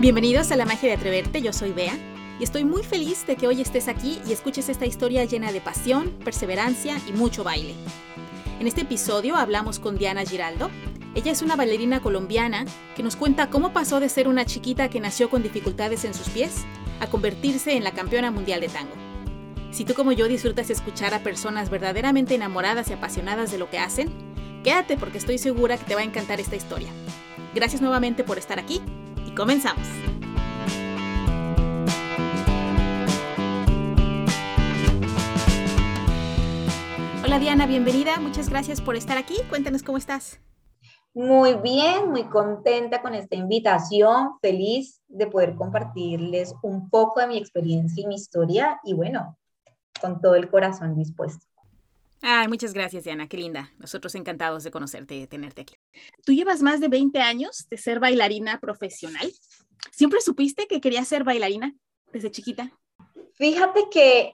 Bienvenidos a La Magia de Atreverte, yo soy Bea y estoy muy feliz de que hoy estés aquí y escuches esta historia llena de pasión, perseverancia y mucho baile. En este episodio hablamos con Diana Giraldo. Ella es una bailarina colombiana que nos cuenta cómo pasó de ser una chiquita que nació con dificultades en sus pies a convertirse en la campeona mundial de tango. Si tú como yo disfrutas escuchar a personas verdaderamente enamoradas y apasionadas de lo que hacen, quédate porque estoy segura que te va a encantar esta historia. Gracias nuevamente por estar aquí y comenzamos. Hola Diana, bienvenida. Muchas gracias por estar aquí. Cuéntanos cómo estás. Muy bien, muy contenta con esta invitación, feliz de poder compartirles un poco de mi experiencia y mi historia y bueno, con todo el corazón dispuesto. Ay, muchas gracias Diana, qué linda. Nosotros encantados de conocerte y de tenerte aquí. Tú llevas más de 20 años de ser bailarina profesional. ¿Siempre supiste que querías ser bailarina desde chiquita? Fíjate que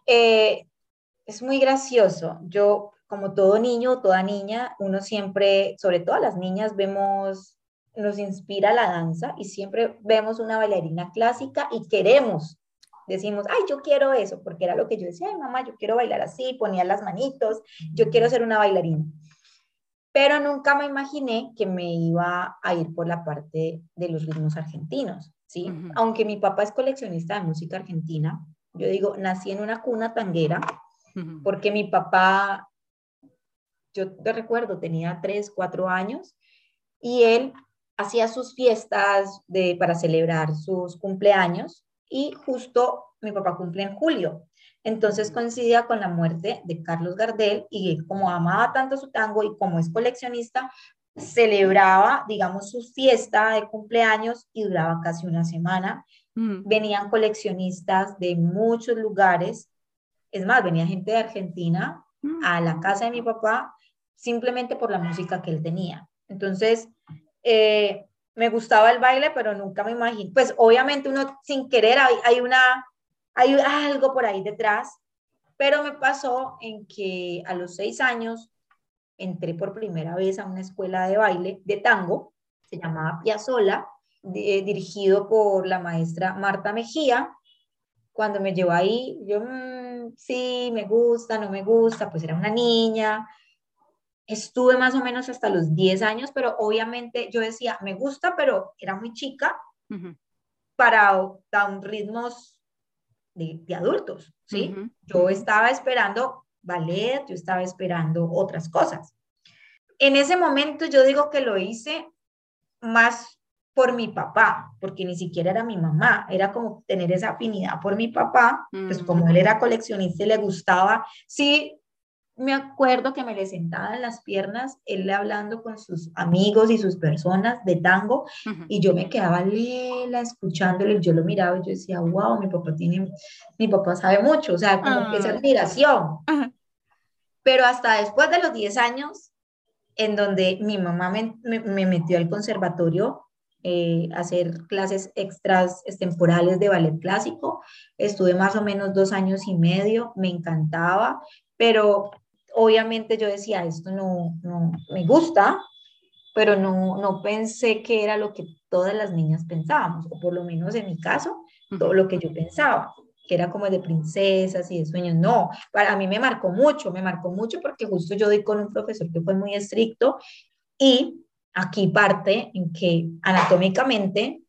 es muy gracioso. Yo, como todo niño o toda niña, uno siempre, sobre todo las niñas, nos inspira la danza y siempre vemos una bailarina clásica y decimos, ay, yo quiero eso, porque era lo que yo decía, ay, mamá, yo quiero bailar así, ponía las manitos, yo quiero ser una bailarina. Pero nunca me imaginé que me iba a ir por la parte de los ritmos argentinos, ¿sí? Uh-huh. Aunque mi papá es coleccionista de música argentina, yo digo, nací en una cuna tanguera, porque mi papá, yo te recuerdo, tenía 3, 4 años y él hacía sus fiestas para celebrar sus cumpleaños y justo mi papá cumple en julio. Entonces coincidía con la muerte de Carlos Gardel y él, como amaba tanto su tango y como es coleccionista, celebraba, digamos, su fiesta de cumpleaños y duraba casi una semana. Venían coleccionistas de muchos lugares. Es más, venía gente de Argentina a la casa de mi papá simplemente por la música que él tenía. Entonces, me gustaba el baile, pero nunca me imaginé. Pues obviamente uno sin querer hay algo por ahí detrás, pero me pasó en que a los 6 años entré por primera vez a una escuela de baile de tango, se llamaba Piazzolla, dirigido por la maestra Marta Mejía. Cuando me llevó ahí, yo, sí, me gusta, no me gusta, pues era una niña. Estuve más o menos hasta los 10 años, pero obviamente yo decía, me gusta, pero era muy chica para ritmos de adultos, ¿sí? Yo estaba esperando ballet, yo estaba esperando otras cosas. En ese momento yo digo que lo hice más por mi papá, porque ni siquiera era mi mamá, era como tener esa afinidad por mi papá, pues como él era coleccionista y le gustaba, sí, me acuerdo que me le sentaba en las piernas, él hablando con sus amigos y sus personas de tango, y yo me quedaba lela escuchándolo, y yo lo miraba y yo decía, wow, mi papá sabe mucho, o sea, como que esa admiración. Pero hasta después de los 10 años, en donde mi mamá me metió al conservatorio a hacer clases extras temporales de ballet clásico. Estuve más o menos 2 años y medio, me encantaba, pero obviamente yo decía, esto no me gusta, pero no pensé que era lo que todas las niñas pensábamos, o por lo menos en mi caso, todo lo que yo pensaba, que era como de princesas y de sueños. No, para mí me marcó mucho porque justo yo di con un profesor que fue muy estricto y aquí parte en que anatómicamente,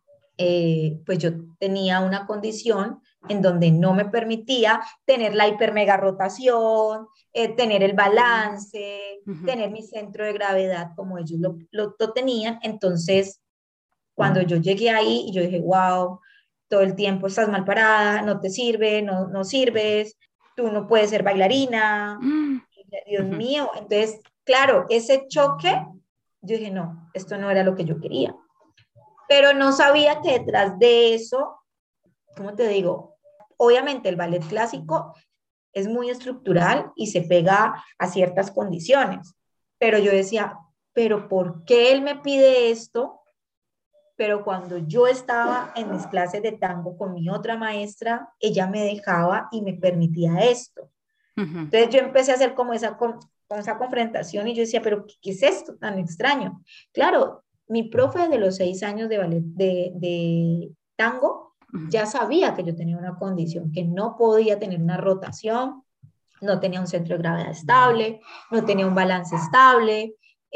pues yo tenía una condición en donde no me permitía tener la hipermega rotación, tener el balance, tener mi centro de gravedad como ellos lo tenían. Entonces, cuando yo llegué ahí y yo dije, wow, todo el tiempo estás mal parada, no te sirve, no sirves, tú no puedes ser bailarina, Dios mío. Entonces, claro, ese choque, yo dije, no, esto no era lo que yo quería. Pero no sabía que detrás de eso, ¿cómo te digo? Obviamente el ballet clásico es muy estructural y se pega a ciertas condiciones, pero yo decía, pero ¿por qué él me pide esto? Pero cuando yo estaba en mis clases de tango con mi otra maestra, ella me dejaba y me permitía esto. Entonces yo empecé a hacer como esa confrontación y yo decía, pero ¿qué es esto tan extraño? Claro, mi profe de los 6 años de ballet, de tango, ya sabía que yo tenía una condición, que no podía tener una rotación, no tenía un centro de gravedad estable, no tenía un balance estable,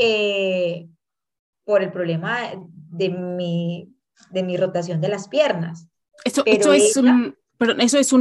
por el problema de mi rotación de las piernas. Eso es perdón, ¿eso es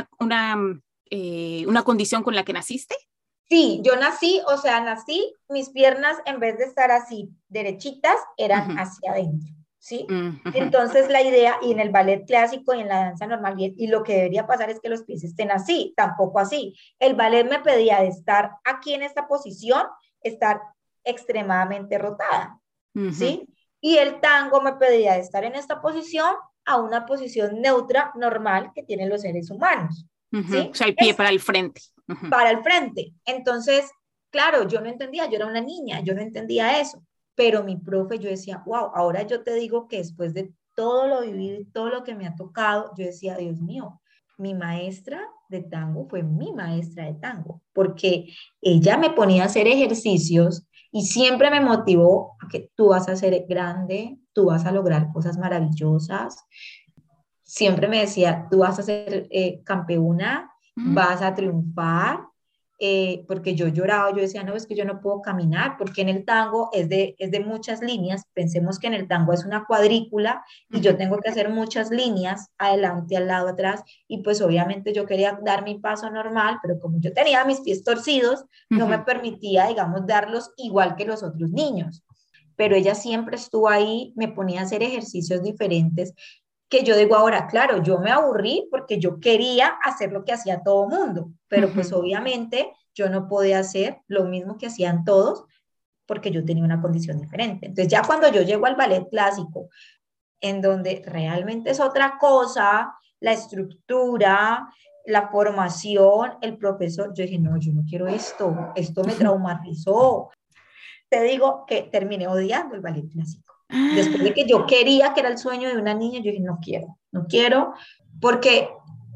una condición con la que naciste? Sí, yo nací, mis piernas en vez de estar así derechitas, eran hacia adentro, ¿sí? Entonces la idea, y en el ballet clásico y en la danza normal, y lo que debería pasar es que los pies estén así, tampoco así. El ballet me pedía de estar aquí en esta posición, estar extremadamente rotada, ¿sí? Y el tango me pedía de estar en esta posición a una posición neutra, normal, que tienen los seres humanos, ¿sí? O sea, el pie para el frente. Para el frente. Entonces, claro, yo no entendía, yo era una niña, yo no entendía eso, pero mi profe, yo decía, wow, ahora yo te digo que después de todo lo vivido y todo lo que me ha tocado, yo decía, Dios mío, mi maestra de tango fue mi maestra de tango, porque ella me ponía a hacer ejercicios y siempre me motivó a que tú vas a ser grande, tú vas a lograr cosas maravillosas. Siempre me decía, tú vas a ser campeona, vas a triunfar, porque yo lloraba, yo decía, no, es que yo no puedo caminar, porque en el tango es de muchas líneas, pensemos que en el tango es una cuadrícula y yo tengo que hacer muchas líneas, adelante, al lado, atrás, y pues obviamente yo quería dar mi paso normal, pero como yo tenía mis pies torcidos, no me permitía, digamos, darlos igual que los otros niños. Pero ella siempre estuvo ahí, me ponía a hacer ejercicios diferentes, que yo digo ahora, claro, yo me aburrí porque yo quería hacer lo que hacía todo mundo, pero pues obviamente yo no podía hacer lo mismo que hacían todos porque yo tenía una condición diferente. Entonces ya cuando yo llego al ballet clásico, en donde realmente es otra cosa, la estructura, la formación, el profesor, yo dije, no, yo no quiero esto me traumatizó. Te digo que terminé odiando el ballet clásico. Después de que yo quería, que era el sueño de una niña, yo dije, no quiero, porque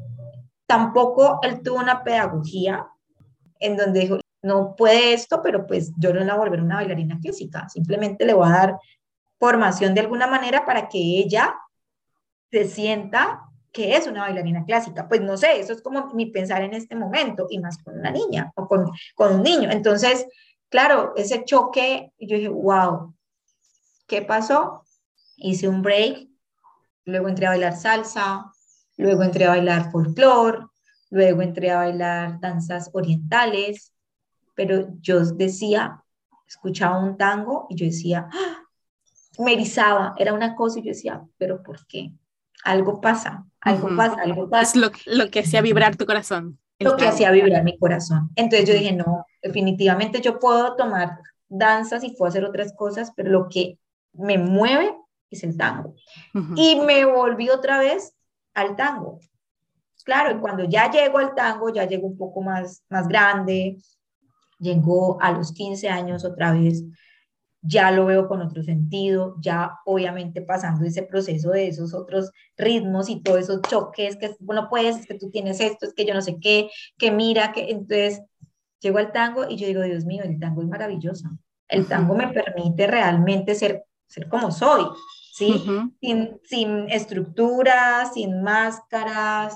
tampoco él tuvo una pedagogía en donde dijo, no puede esto, pero pues yo no la voy a volver una bailarina clásica, simplemente le voy a dar formación de alguna manera para que ella se sienta que es una bailarina clásica. Pues no sé, eso es como mi pensar en este momento, y más con una niña o con un niño. Entonces, claro, ese choque, yo dije, wow, ¿qué pasó? Hice un break, luego entré a bailar salsa, luego entré a bailar folclore, luego entré a bailar danzas orientales, pero yo decía, escuchaba un tango y yo decía, ¡ah! Me erizaba, era una cosa y yo decía, pero ¿por qué? Algo pasa, algo pasa, algo Es pasa. lo que hacía vibrar tu corazón, el Lo que tango. hacía vibrar mi corazón. Entonces yo dije, no, definitivamente yo puedo tomar danzas y puedo hacer otras cosas, pero lo que me mueve es el tango. Y me volví otra vez al tango. Claro, y cuando ya llego al tango, ya llego un poco más grande, llego a los 15 años otra vez, ya lo veo con otro sentido, ya obviamente pasando ese proceso de esos otros ritmos y todos esos choques, que bueno, pues es que tú tienes esto, es que yo no sé qué, que mira, que entonces llego al tango y yo digo, Dios mío, el tango es maravilloso. El tango me permite realmente ser como soy, ¿sí? Sin estructuras, sin máscaras,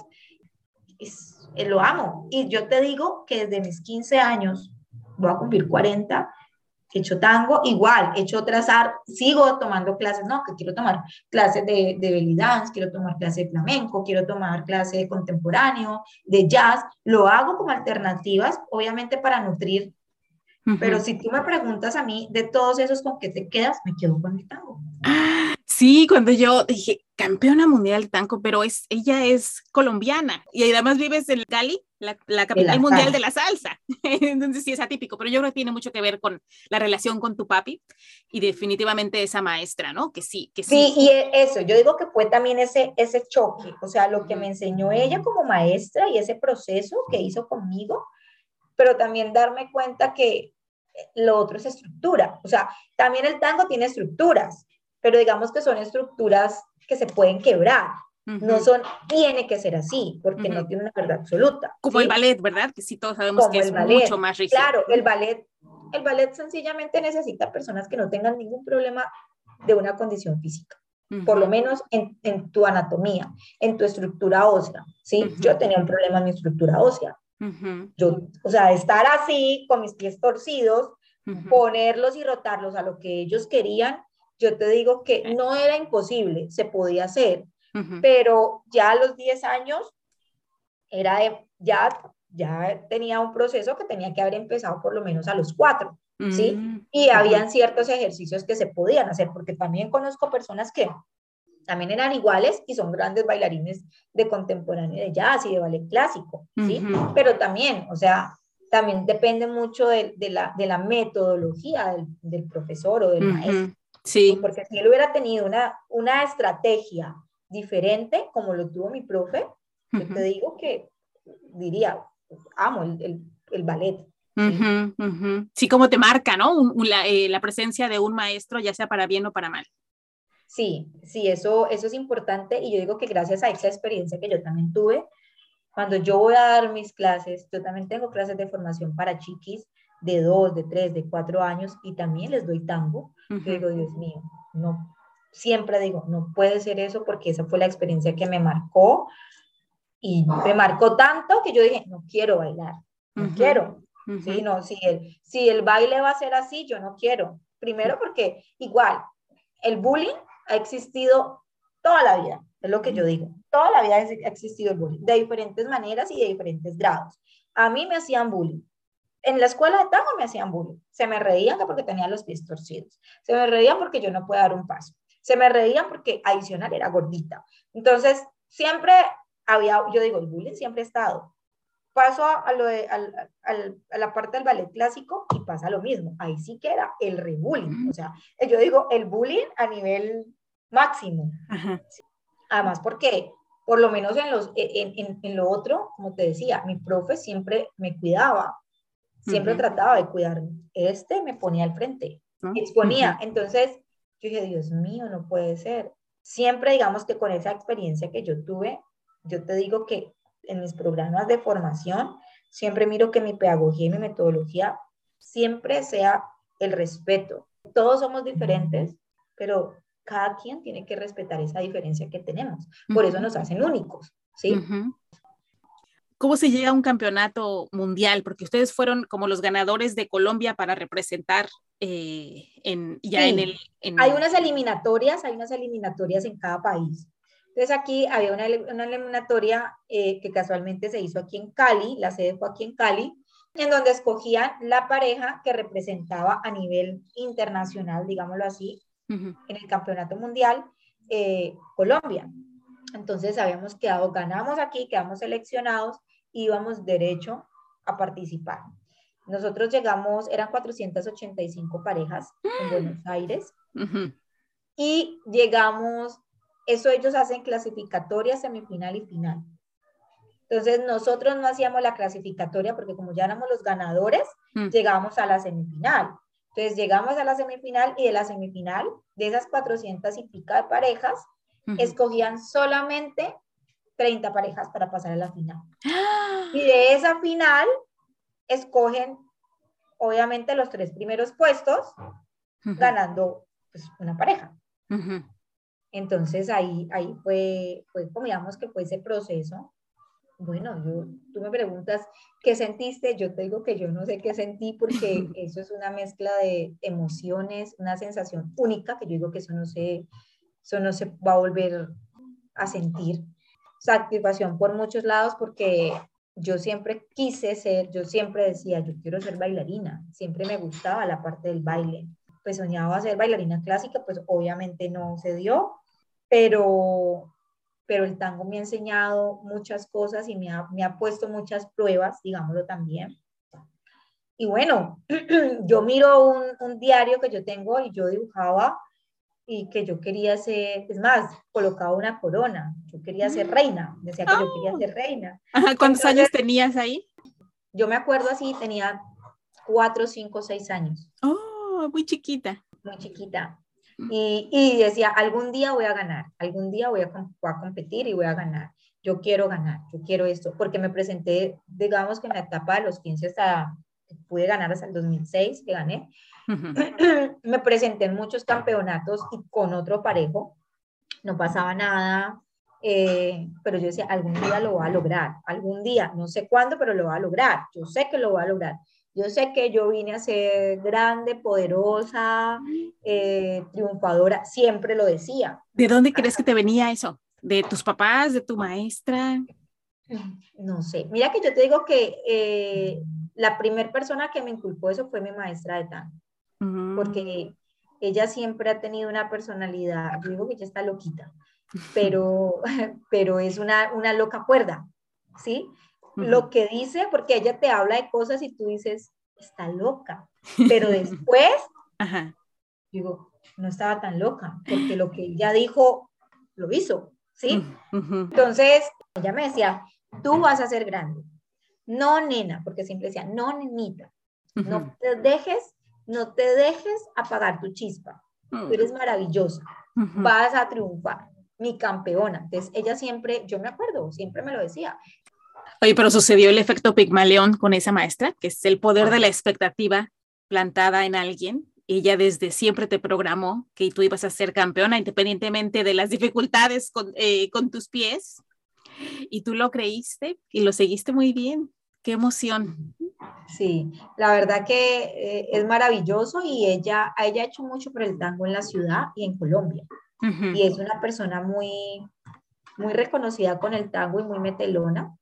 lo amo. Y yo te digo que desde mis 15 años, voy a cumplir 40, he hecho tango, igual, he hecho otras sigo tomando clases, no, que quiero tomar clases de belly dance, quiero tomar clases de flamenco, quiero tomar clases de contemporáneo, de jazz, lo hago como alternativas, obviamente para nutrir, pero si tú me preguntas a mí de todos esos con qué te quedas, me quedo con el tango. Sí, cuando yo dije campeona mundial de tango, pero ella es colombiana y además vives en Cali, la capital mundial de la salsa. Entonces sí es atípico, pero yo creo que tiene mucho que ver con la relación con tu papi y definitivamente esa maestra, ¿no? Que sí. Sí, y eso, yo digo que fue también ese choque, o sea, lo que me enseñó ella como maestra y ese proceso que hizo conmigo, pero también darme cuenta que lo otro es estructura, o sea, también el tango tiene estructuras, pero digamos que son estructuras que se pueden quebrar, no tiene que ser así, porque no tiene una verdad absoluta. Como ¿sí? El ballet, ¿verdad? Que sí todos sabemos Como que es ballet. mucho más rígido. Claro, el ballet sencillamente necesita personas que no tengan ningún problema de una condición física, por lo menos en tu anatomía, en tu estructura ósea, ¿sí? Yo tenía un problema en mi estructura ósea. Yo, o sea, estar así, con mis pies torcidos, ponerlos y rotarlos a lo que ellos querían, yo te digo que no era imposible, se podía hacer, pero ya a los 10 años era ya tenía un proceso que tenía que haber empezado por lo menos a los 4, ¿sí? Y habían ciertos ejercicios que se podían hacer, porque también conozco personas que también eran iguales y son grandes bailarines de contemporáneo de jazz y de ballet clásico, ¿sí? Pero también, o sea, también depende mucho de la metodología del profesor o del maestro. Sí. Porque si él hubiera tenido una estrategia diferente, como lo tuvo mi profe, yo te digo que diría, amo el ballet. ¿Sí? Sí, como te marca, ¿no? La presencia de un maestro, ya sea para bien o para mal. Sí, eso es importante y yo digo que gracias a esa experiencia que yo también tuve, cuando yo voy a dar mis clases, yo también tengo clases de formación para chiquis de 2, de 3, de 4 años y también les doy tango. Yo digo, Dios mío, no, siempre digo, no puede ser eso porque esa fue la experiencia que me marcó y me marcó tanto que yo dije, no quiero bailar, no quiero. ¿Sí? No, si el baile va a ser así, yo no quiero. Primero porque igual, el bullying ha existido toda la vida, es lo que yo digo. Toda la vida ha existido el bullying, de diferentes maneras y de diferentes grados. A mí me hacían bullying. En la escuela de tango me hacían bullying. Se me reían porque tenía los pies torcidos. Se me reían porque yo no podía dar un paso. Se me reían porque adicional era gordita. Entonces, siempre había, yo digo, el bullying siempre ha estado. Paso a la parte del ballet clásico y pasa lo mismo. Ahí sí que era el rebullying. O sea, yo digo, el bullying a nivel máximo. Además, porque por lo menos en lo otro, como te decía, mi profe siempre me cuidaba, siempre trataba de cuidarme. Me ponía al frente, exponía. Entonces, yo dije, Dios mío, no puede ser. Siempre, digamos que con esa experiencia que yo tuve, yo te digo que en mis programas de formación, siempre miro que mi pedagogía y mi metodología siempre sea el respeto. Todos somos diferentes, pero cada quien tiene que respetar esa diferencia que tenemos. Por eso nos hacen únicos, ¿sí? ¿Cómo se llega a un campeonato mundial? Porque ustedes fueron como los ganadores de Colombia para representar Hay unas eliminatorias en cada país. Entonces aquí había una eliminatoria que casualmente se hizo aquí en Cali, la sede fue aquí en Cali, en donde escogían la pareja que representaba a nivel internacional, digámoslo así, en el campeonato mundial, Colombia. Entonces ganamos aquí, quedamos seleccionados, íbamos derecho a participar. Nosotros llegamos, eran 485 parejas en Buenos Aires, y llegamos, eso ellos hacen clasificatoria, semifinal y final. Entonces nosotros no hacíamos la clasificatoria porque como ya éramos los ganadores, llegamos a la semifinal. Entonces llegamos a la semifinal y de la semifinal, de esas 400 y pica de parejas, escogían solamente 30 parejas para pasar a la final. Y de esa final escogen, obviamente, los 3 primeros puestos, ganando pues, una pareja. Entonces ahí fue, digamos que fue ese proceso. Bueno, tú me preguntas qué sentiste, yo te digo que yo no sé qué sentí porque eso es una mezcla de emociones, una sensación única que yo digo que eso no se va a volver a sentir. Satisfacción por muchos lados porque yo siempre yo siempre decía, yo quiero ser bailarina, siempre me gustaba la parte del baile. Pues soñaba ser bailarina clásica, pues obviamente no se dio, pero el tango me ha enseñado muchas cosas y me ha puesto muchas pruebas, digámoslo también. Y bueno, yo miro un diario que yo tengo y yo dibujaba y que yo quería ser, es más, colocaba una corona, yo quería ser reina, decía que yo quería ser reina. ¿Cuántos años tenías ahí? Yo me acuerdo así, tenía 4, 5, 6 años. Oh, muy chiquita. Muy chiquita. Y decía, algún día voy a ganar, algún día voy a competir y voy a ganar. Yo quiero ganar, yo quiero esto, porque me presenté, digamos que en la etapa de los 15 pude ganar hasta el 2006, que gané. Me presenté en muchos campeonatos y con otro parejo, no pasaba nada, pero yo decía, algún día lo voy a lograr, algún día, no sé cuándo, pero lo voy a lograr, yo sé que lo voy a lograr. Yo sé que yo vine a ser grande, poderosa, triunfadora, siempre lo decía. ¿De dónde crees que te venía eso? ¿De tus papás, de tu maestra? No sé, mira que yo te digo que la primera persona que me inculpó eso fue mi maestra de tango, porque ella siempre ha tenido una personalidad, yo digo que ella está loquita, pero es una loca cuerda, ¿sí? Lo que dice, porque ella te habla de cosas y tú dices, está loca, pero después, digo, no estaba tan loca, porque lo que ella dijo, lo hizo, ¿sí? Entonces, ella me decía, tú vas a ser grande, no nena, porque siempre decía, no nenita, no te dejes apagar tu chispa, tú eres maravillosa, vas a triunfar, mi campeona. Entonces ella siempre, yo me acuerdo, siempre me lo decía. Oye, pero sucedió el efecto Pigmalión con esa maestra, que es el poder de la expectativa plantada en alguien. Ella desde siempre te programó que tú ibas a ser campeona independientemente de las dificultades con tus pies, y tú lo creíste y lo seguiste muy bien. ¡Qué emoción! Sí, la verdad que es maravilloso y ella ha hecho mucho por el tango en la ciudad y en Colombia. Y es una persona muy, muy reconocida con el tango y muy metelona.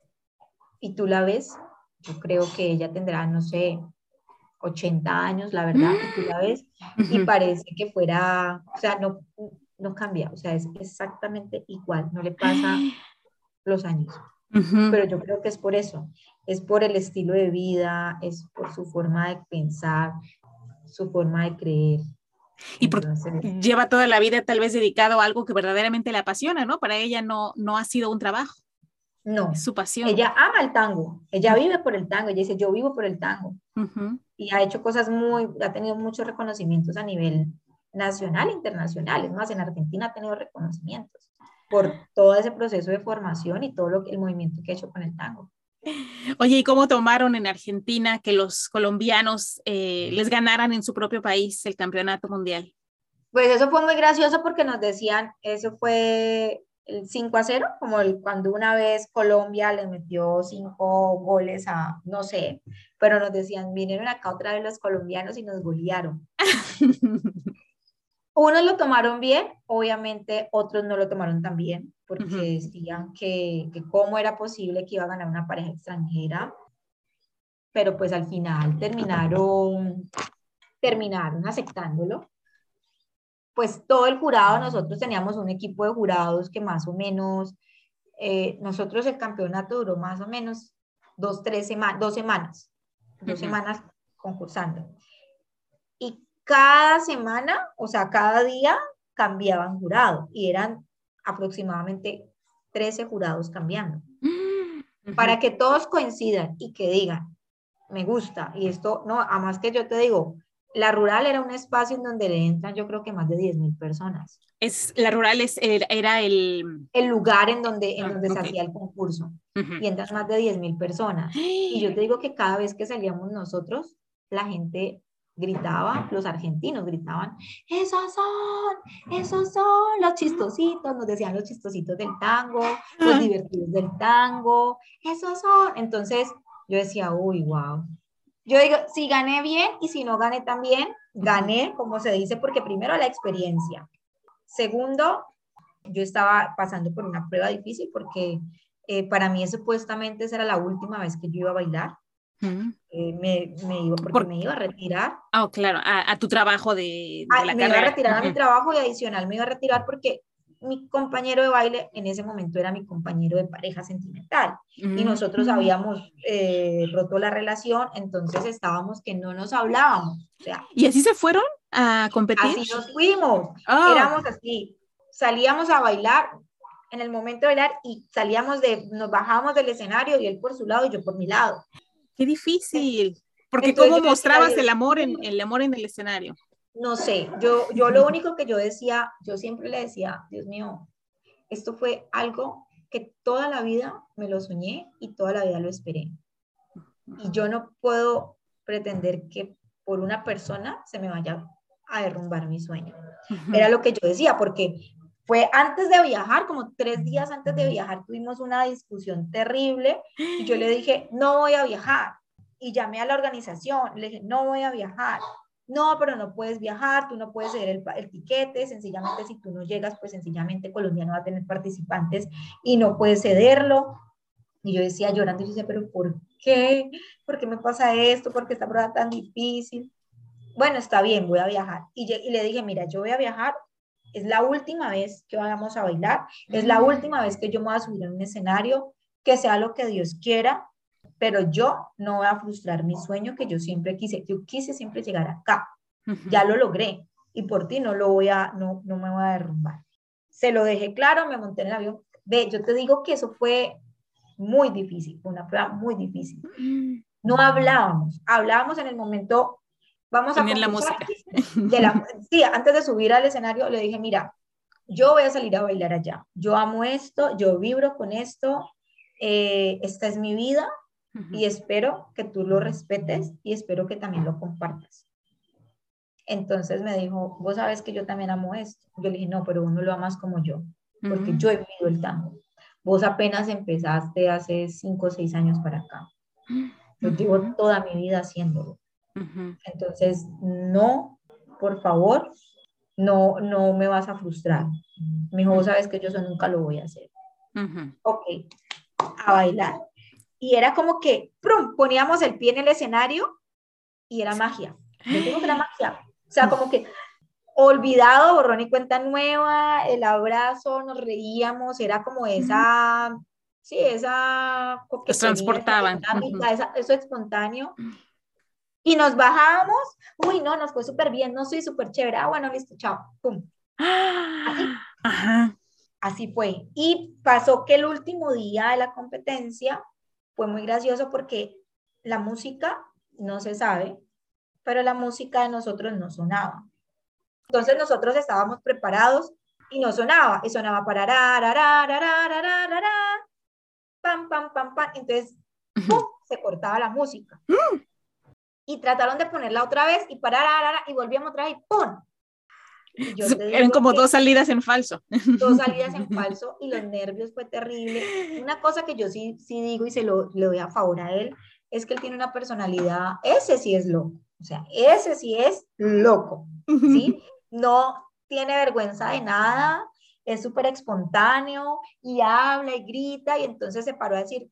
Y tú la ves, yo creo que ella tendrá, no sé, 80 años, la verdad, y tú la ves y parece que fuera, o sea, no cambia, o sea, es exactamente igual, no le pasa los años. Pero yo creo que es por eso, es por el estilo de vida, es por su forma de pensar, su forma de creer. Y entonces, lleva toda la vida tal vez dedicado a algo que verdaderamente le apasiona, ¿no? Para ella no ha sido un trabajo. No, es su pasión. Ella ama el tango, ella vive por el tango, ella dice, yo vivo por el tango. Y ha hecho cosas ha tenido muchos reconocimientos a nivel nacional e internacional. Es más, en Argentina ha tenido reconocimientos por todo ese proceso de formación y todo el movimiento que ha hecho con el tango. Oye, ¿y cómo tomaron en Argentina que los colombianos les ganaran en su propio país el campeonato mundial? Pues eso fue muy gracioso porque nos decían, eso fue el 5-0, como cuando una vez Colombia les metió 5 goles a, no sé, pero nos decían, vinieron acá otra vez los colombianos y nos golearon. Unos lo tomaron bien, obviamente otros no lo tomaron tan bien, porque decían que cómo era posible que iba a ganar una pareja extranjera, pero pues al final terminaron aceptándolo. Pues todo el jurado, nosotros teníamos un equipo de jurados que más o menos, nosotros el campeonato duró más o menos 2 semanas concursando. Y cada semana, o sea, cada día cambiaban jurado y eran aproximadamente 13 jurados cambiando. Para que todos coincidan y que digan, me gusta, y esto, no, además que yo te digo, la rural era un espacio en donde le entran yo creo que más de 10.000 personas. La rural era el lugar en donde se hacía el concurso. Y entran más de 10.000 personas. Y yo te digo que cada vez que salíamos nosotros, la gente gritaba, los argentinos gritaban, esos son los chistositos, nos decían los chistositos del tango, los divertidos del tango, esos son. Entonces yo decía, uy, wow. Yo digo, si gané bien y si no gané también, gané, como se dice, porque primero la experiencia. Segundo, yo estaba pasando por una prueba difícil porque para mí supuestamente esa era la última vez que yo iba a bailar. Me iba a retirar. Ah, claro, a tu trabajo de la carrera. Me iba a retirar a mi trabajo y adicional me iba a retirar porque mi compañero de baile en ese momento era mi compañero de pareja sentimental y nosotros habíamos roto la relación, entonces estábamos que no nos hablábamos. O sea, ¿y así se fueron a competir? Así nos fuimos, éramos así, salíamos a bailar en el momento de bailar y nos bajábamos del escenario y él por su lado y yo por mi lado. Qué difícil, porque entonces, ¿cómo mostrabas el amor en el escenario? No sé, yo lo único que yo decía, yo siempre le decía, Dios mío, esto fue algo que toda la vida me lo soñé y toda la vida lo esperé. y yo no puedo pretender que por una persona se me vaya a derrumbar mi sueño. Era lo que yo decía, porque fue antes de viajar, como 3 días antes de viajar, tuvimos una discusión terrible y yo le dije, no voy a viajar. Y llamé a la organización, le dije, no voy a viajar. No, pero no puedes viajar, tú no puedes ceder el tiquete, sencillamente si tú no llegas, pues sencillamente Colombia no va a tener participantes y no puedes cederlo. Y yo decía llorando, y yo decía, pero ¿por qué? ¿Por qué me pasa esto? ¿Por qué esta prueba tan difícil? Bueno, está bien, voy a viajar. Y le dije, mira, yo voy a viajar, es la última vez que vamos a bailar, es la última vez que yo me voy a subir en un escenario, que sea lo que Dios quiera, pero yo no voy a frustrar mi sueño que yo siempre quise. Yo quise siempre llegar acá, ya lo logré, y por ti no me voy a derrumbar. Se lo dejé claro, me monté en el avión. Ve, yo te digo que eso fue muy difícil, fue una prueba muy difícil. No hablábamos en el momento, vamos a la concursar. música. Sí, antes de subir al escenario le dije, mira, yo voy a salir a bailar allá, yo amo esto, yo vibro con esto, esta es mi vida y espero que tú lo respetes y espero que también lo compartas. Entonces me dijo, vos sabes que yo también amo esto. Yo le dije, no, pero vos no lo amas como yo, porque yo he vivido el tango. Vos apenas empezaste hace 5 o 6 años para acá. Yo llevo toda mi vida haciéndolo. Entonces, no, por favor, no me vas a frustrar. Me dijo, vos sabes que yo eso nunca lo voy a hacer. Ok, a bailar. Y era como que, ¡prum!, poníamos el pie en el escenario y era magia. Yo digo que era magia. O sea, como que olvidado, borrón y cuenta nueva, el abrazo, nos reíamos, era como esa, sí, esa Los transportaban. esa dinámica, eso espontáneo. Y nos bajábamos, uy, no, nos fue súper bien, no soy súper chévere, bueno, listo, chao, pum. Así. Así fue. Y pasó que el último día de la competencia fue muy gracioso porque la música no se sabe, pero la música de nosotros no sonaba. Entonces nosotros estábamos preparados y no sonaba, y sonaba para pam, pam, pam, pam. Entonces, ¡pum!, se cortaba la música. Y trataron de ponerla otra vez y y volvíamos otra vez y ¡pum! Y yo te Eran digo como 2 salidas en falso. 2 salidas en falso y los nervios fue terrible. Una cosa que yo sí digo y le doy a favor a él, es que él tiene una personalidad, ese sí es loco, o sea, ese sí es loco, ¿sí? No tiene vergüenza de nada, es súper espontáneo y habla y grita y entonces se paró a decir,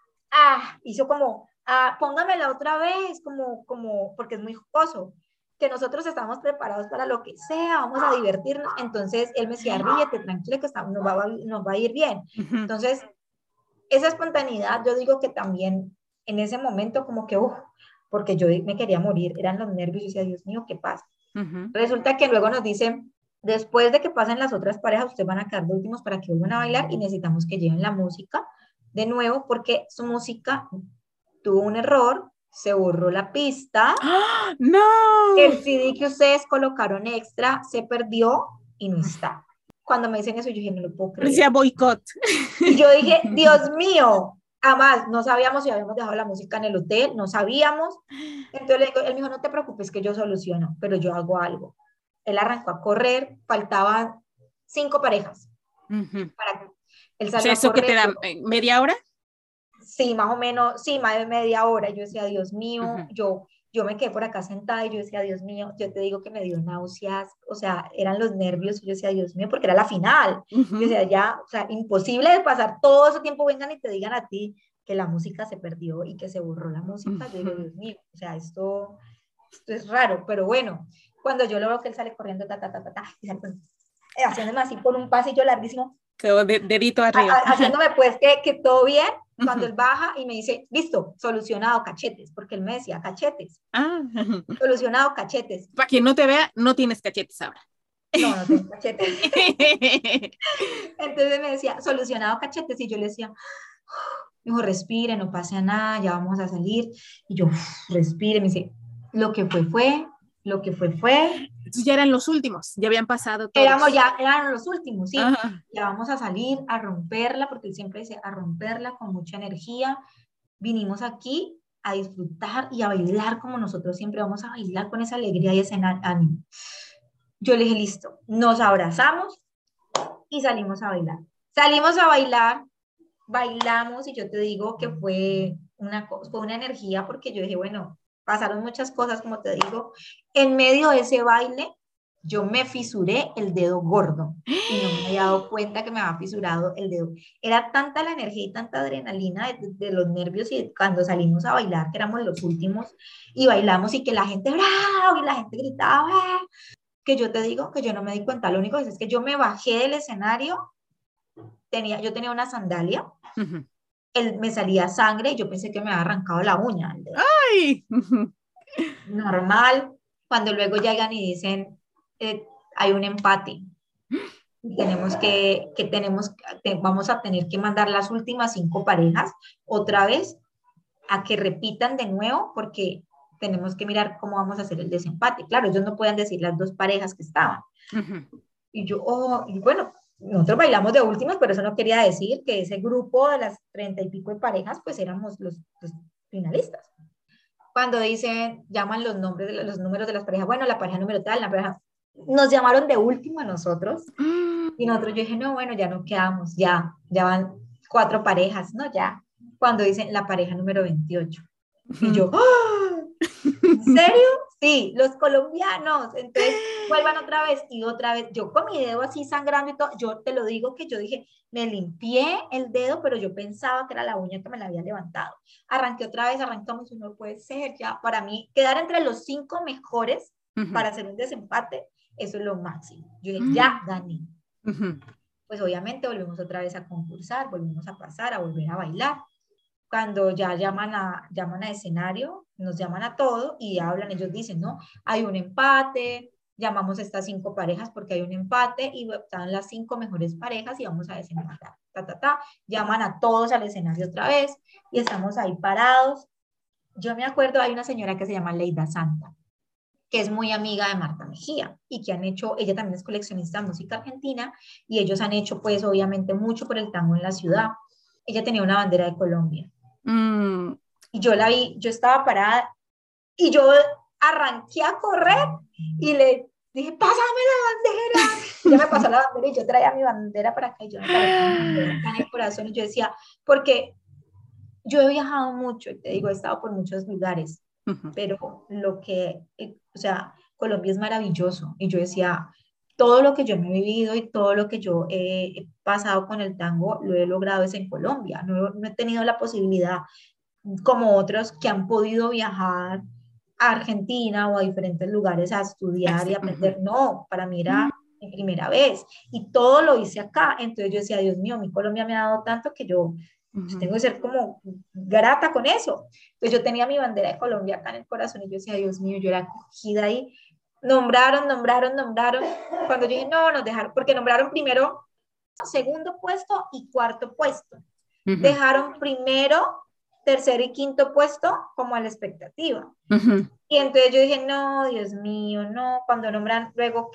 hizo como, póngamela otra vez, como, porque es muy jocoso, que nosotros estamos preparados para lo que sea, vamos a divertirnos. Entonces él me decía, ríete, tranquila, que nos va a ir bien. Entonces, esa espontaneidad, yo digo que también en ese momento como que, porque yo me quería morir, eran los nervios, y decía, Dios mío, ¿qué pasa? Resulta que luego nos dicen, después de que pasen las otras parejas, ustedes van a quedar de últimos para que vuelvan a bailar y necesitamos que lleven la música de nuevo porque su música tuvo un error, se borró la pista. ¡No! El CD que ustedes colocaron extra se perdió y no está. Cuando me dicen eso, yo dije, no lo puedo creer. Decía boicot. Y yo dije, Dios mío, además, no sabíamos si habíamos dejado la música en el hotel, no sabíamos. Entonces le digo, él me dijo, no te preocupes que yo soluciono, pero yo hago algo. Él arrancó a correr, faltaban 5 parejas. Para él salió ¿eso a correr, que te da media hora? Sí, más o menos, sí, más de media hora. Yo decía, Dios mío, yo me quedé por acá sentada y yo decía, Dios mío, yo te digo que me dio náuseas, o sea, eran los nervios, yo decía, Dios mío, porque era la final. Yo decía, ya, o sea, imposible de pasar todo ese tiempo, vengan y te digan a ti que la música se perdió y que se borró la música. Yo digo, Dios mío, o sea, esto es raro, pero bueno, cuando yo lo veo que él sale corriendo, y sale haciéndome así por un pasillo larguísimo, quedó dedito arriba. Haciéndome pues que todo bien, cuando él baja y me dice, listo, solucionado, cachetes, porque él me decía cachetes. Solucionado, cachetes. Para quien no te vea, no tienes cachetes ahora. No tengo cachetes. Entonces me decía, solucionado, cachetes, y yo le decía, dijo, respire, no pasa nada, ya vamos a salir. Y yo, respire, me dice, lo que fue. Entonces ya eran los últimos, ya habían pasado todos. Eran los últimos, sí. Ya vamos a salir a romperla, porque él siempre dice, a romperla con mucha energía. Vinimos aquí a disfrutar y a bailar como nosotros siempre vamos a bailar con esa alegría y ese ánimo. Yo le dije, listo, nos abrazamos y salimos a bailar. Salimos a bailar, bailamos y yo te digo que fue una energía porque yo dije, bueno, pasaron muchas cosas, como te digo. En medio de ese baile, yo me fisuré el dedo gordo y no me había dado cuenta que me había fisurado el dedo. Era tanta la energía y tanta adrenalina de los nervios y cuando salimos a bailar, que éramos los últimos, y bailamos y que la gente, ¡bravo! Y la gente gritaba, ¡bravo! Que yo te digo que yo no me di cuenta. Lo único que es que yo me bajé del escenario, yo tenía una sandalia, me salía sangre y yo pensé que me había arrancado la uña. ¡Ay! Normal, cuando luego llegan y dicen, hay un empate. Vamos a tener que mandar las últimas 5 parejas otra vez a que repitan de nuevo porque tenemos que mirar cómo vamos a hacer el desempate. Claro, ellos no pueden decir las 2 parejas que estaban. Y yo, y bueno, nosotros bailamos de últimas, pero eso no quería decir que ese grupo de las 30 y pico de parejas, pues éramos los finalistas. Cuando dicen, llaman los números de las parejas, bueno, la pareja número tal, la pareja, nos llamaron de último a nosotros, y nosotros, yo dije, no, bueno, ya no quedamos, ya van 4 parejas, no, ya, cuando dicen la pareja número 28, y yo, ¡oh! ¿En serio? Sí, los colombianos. Entonces, vuelvan otra vez. Yo con mi dedo así sangrando y todo, yo te lo digo que yo dije, me limpié el dedo, pero yo pensaba que era la uña que me la había levantado. Arranqué otra vez, arrancamos y no puede ser. Ya, para mí, quedar entre los 5 mejores para hacer un desempate, eso es lo máximo. Yo dije, ya gané. Pues obviamente volvemos otra vez a concursar, volvemos a pasar, a volver a bailar. Cuando ya llaman a escenario, nos llaman a todo y hablan, ellos dicen, ¿no? Hay un empate, llamamos a estas 5 parejas porque hay un empate y están las 5 mejores parejas y vamos a desempatar. Llaman a todos al escenario otra vez y estamos ahí parados. Yo me acuerdo, hay una señora que se llama Leida Santa, que es muy amiga de Marta Mejía y que ella también es coleccionista de música argentina y ellos han hecho pues obviamente mucho por el tango en la ciudad. Ella tenía una bandera de Colombia. Y yo la vi, yo estaba parada y yo arranqué a correr y le dije, pásame la bandera. Y ella me pasó la bandera y yo traía mi bandera para acá y yo me paré con mi bandera acá en el corazón y yo decía, porque yo he viajado mucho, y te digo, he estado por muchos lugares, pero o sea, Colombia es maravilloso y yo decía, todo lo que yo me he vivido y todo lo que yo he pasado con el tango lo he logrado es en Colombia, no he tenido la posibilidad como otros que han podido viajar a Argentina o a diferentes lugares a estudiar y aprender. No, para mí era mi primera vez y todo lo hice acá. Entonces yo decía, Dios mío, mi Colombia me ha dado tanto que yo tengo que ser como grata con eso. Entonces yo tenía mi bandera de Colombia acá en el corazón y yo decía, Dios mío, yo era acogida ahí. Nombraron. Cuando yo dije, no, nos dejaron, porque nombraron primero segundo puesto y cuarto puesto. Dejaron primero, tercero y quinto puesto como a la expectativa. Y entonces yo dije, no, Dios mío, no, cuando nombran luego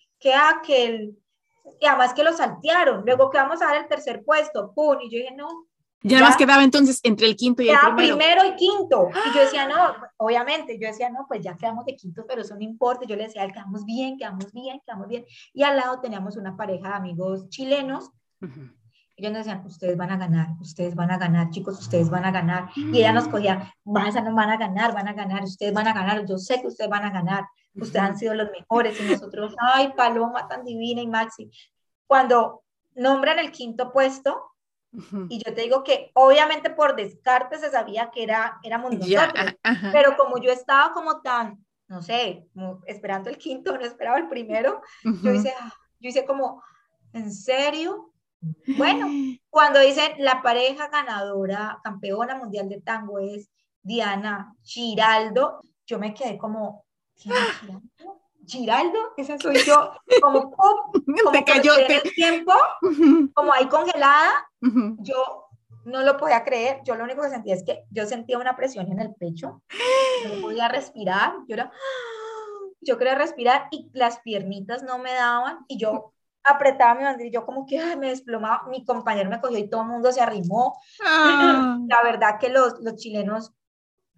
y además que lo saltearon, luego que vamos a dar el tercer puesto, ¡pum! Y yo dije, no. Ya nada más quedaba entonces entre el quinto y el primero. Primero y quinto. Y yo decía, no, obviamente, yo decía, no, pues ya quedamos de quinto, pero eso no importa. Yo le decía, quedamos bien. Y al lado teníamos una pareja de amigos chilenos. Ellos nos decían, ustedes van a ganar, chicos, ustedes van a ganar. Y ella nos cogía, van a ganar, ustedes van a ganar, yo sé que ustedes van a ganar, ustedes han sido los mejores. Y nosotros, ay, Paloma tan divina y Maxi. Cuando nombran el quinto puesto, y yo te digo que obviamente por descarte se sabía que éramos nosotros, pero como yo estaba como tan, no sé, como esperando el quinto, no esperaba el primero, yo hice como, ¿en serio? Bueno, cuando dicen la pareja ganadora, campeona mundial de tango es Diana Giraldo, yo me quedé como, ¿Diana Giraldo? ¿Giraldo? Esa soy yo, como te cayó el tiempo, como ahí congelada. Yo no lo podía creer, yo lo único que sentía es que yo sentía una presión en el pecho, no podía respirar, yo quería respirar y las piernitas no me daban y yo apretaba mi bandera y yo como que me desplomaba, mi compañero me cogió y todo el mundo se arrimó. La verdad que los chilenos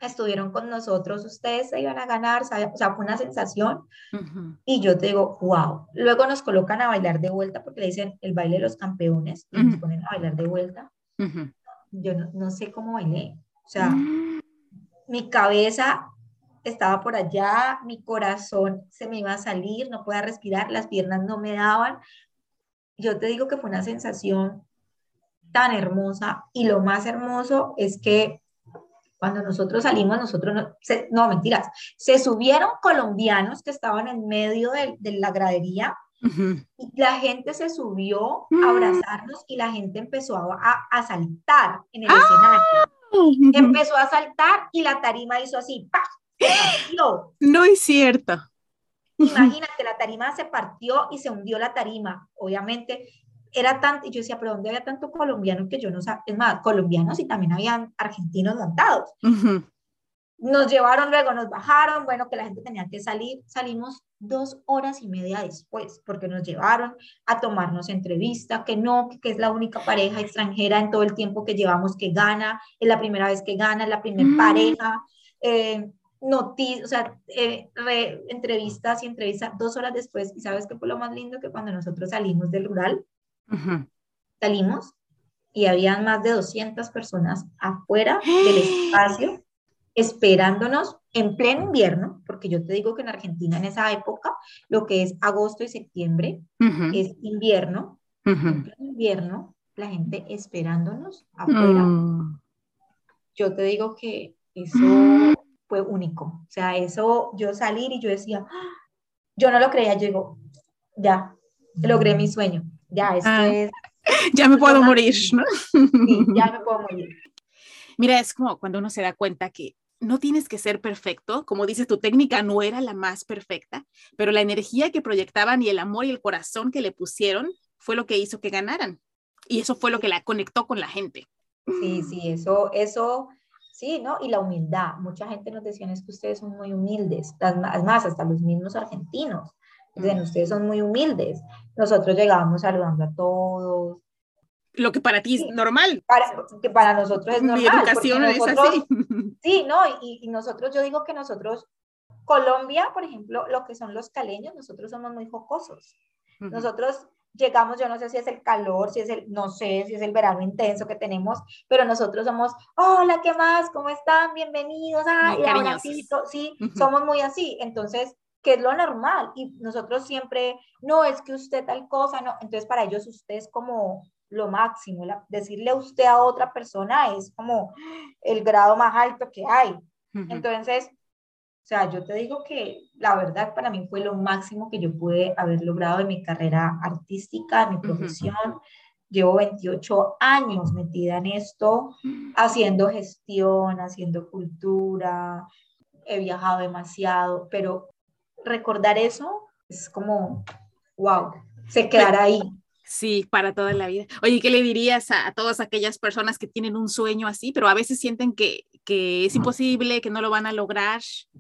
estuvieron con nosotros, ustedes se iban a ganar, ¿sabe? O sea, fue una sensación. Ujú, Y yo te digo, wow. Luego nos colocan a bailar de vuelta porque le dicen el baile de los campeones y nos ujú, ponen a bailar de vuelta. ujú. Yo no sé cómo bailé. O sea, Mm. mi cabeza estaba por allá, mi corazón se me iba a salir, no podía respirar, las piernas no me daban. Yo te digo que fue una sensación tan hermosa y lo más hermoso es que cuando nosotros salimos, nosotros no, mentiras, se subieron colombianos que estaban en medio de la gradería Ujú. y la gente se subió a Mm. abrazarnos y la gente empezó a saltar en el ¡Ah! escenario. Ujú. Empezó a saltar y la tarima hizo así, ¡pah! Se partió. No es cierto. Ujú. Imagínate, la tarima se partió y se hundió la tarima. Obviamente era tanto, y yo decía, pero ¿dónde había tanto colombiano que yo no sabía? Es más, colombianos y también habían argentinos montados. Ujú. Nos llevaron luego, nos bajaron, bueno, que la gente tenía que salir. Salimos 2 horas y media después, porque nos llevaron a tomarnos entrevista, que no, que es la única pareja extranjera en todo el tiempo que llevamos que gana, es la primera vez que gana, es la primera Mm. pareja. O sea, entrevistas y entrevistas 2 horas después. ¿Y sabes qué fue lo más lindo? Que cuando nosotros salimos del rural, Ujú. salimos y habían más de 200 personas afuera del espacio esperándonos en pleno invierno, porque yo te digo que en Argentina en esa época, lo que es agosto y septiembre, Ujú. es invierno, en Ujú. pleno invierno, la gente esperándonos afuera. Mm. Yo te digo que Mm. eso fue único. O sea, eso yo salir y yo decía, "Ah", yo no lo creía, yo digo, ya, logré mi sueño, ya, esto Ah, es ya me lo puedo morir, máximo. ¿no? Sí, ya me puedo morir. Mira, es como cuando uno se da cuenta que no tienes que ser perfecto, como dices, tu técnica no era la más perfecta, pero la energía que proyectaban y el amor y el corazón que le pusieron fue lo que hizo que ganaran. Y eso fue lo que la conectó con la gente. Sí, sí, sí, ¿no? Y la humildad. Mucha gente nos decía, es que ustedes son muy humildes. Es más, hasta los mismos argentinos. Dicen, Mm. ustedes son muy humildes. Nosotros llegábamos saludando a todos. Lo que para ti es Sí, normal. que para nosotros es Mi normal, porque educación es nosotros, así. sí, ¿no? Y nosotros, yo digo que nosotros, Colombia, por ejemplo, lo que son los caleños, nosotros somos muy jocosos. Nosotros llegamos, yo no sé si es el calor, no sé si es el verano intenso que tenemos, pero nosotros somos, hola, ¿qué más? ¿Cómo están? Bienvenidos, Muy ay, cariñosos. abracito, sí, somos muy así. Entonces, ¿qué es lo normal? Y nosotros siempre, no, es que usted tal cosa, no. Entonces, para ellos usted es como lo máximo, decirle usted a otra persona es como el grado más alto que hay. Entonces, o sea, yo te digo que la verdad para mí fue lo máximo que yo pude haber logrado en mi carrera artística, en mi profesión. Llevo 28 años metida en esto, haciendo gestión, haciendo cultura, he viajado demasiado, pero recordar eso es como, wow, se Pero, quedará ahí. sí, para toda la vida. Oye, ¿qué le dirías a todas aquellas personas que tienen un sueño así, pero a veces sienten que es imposible, que no lo van a lograr?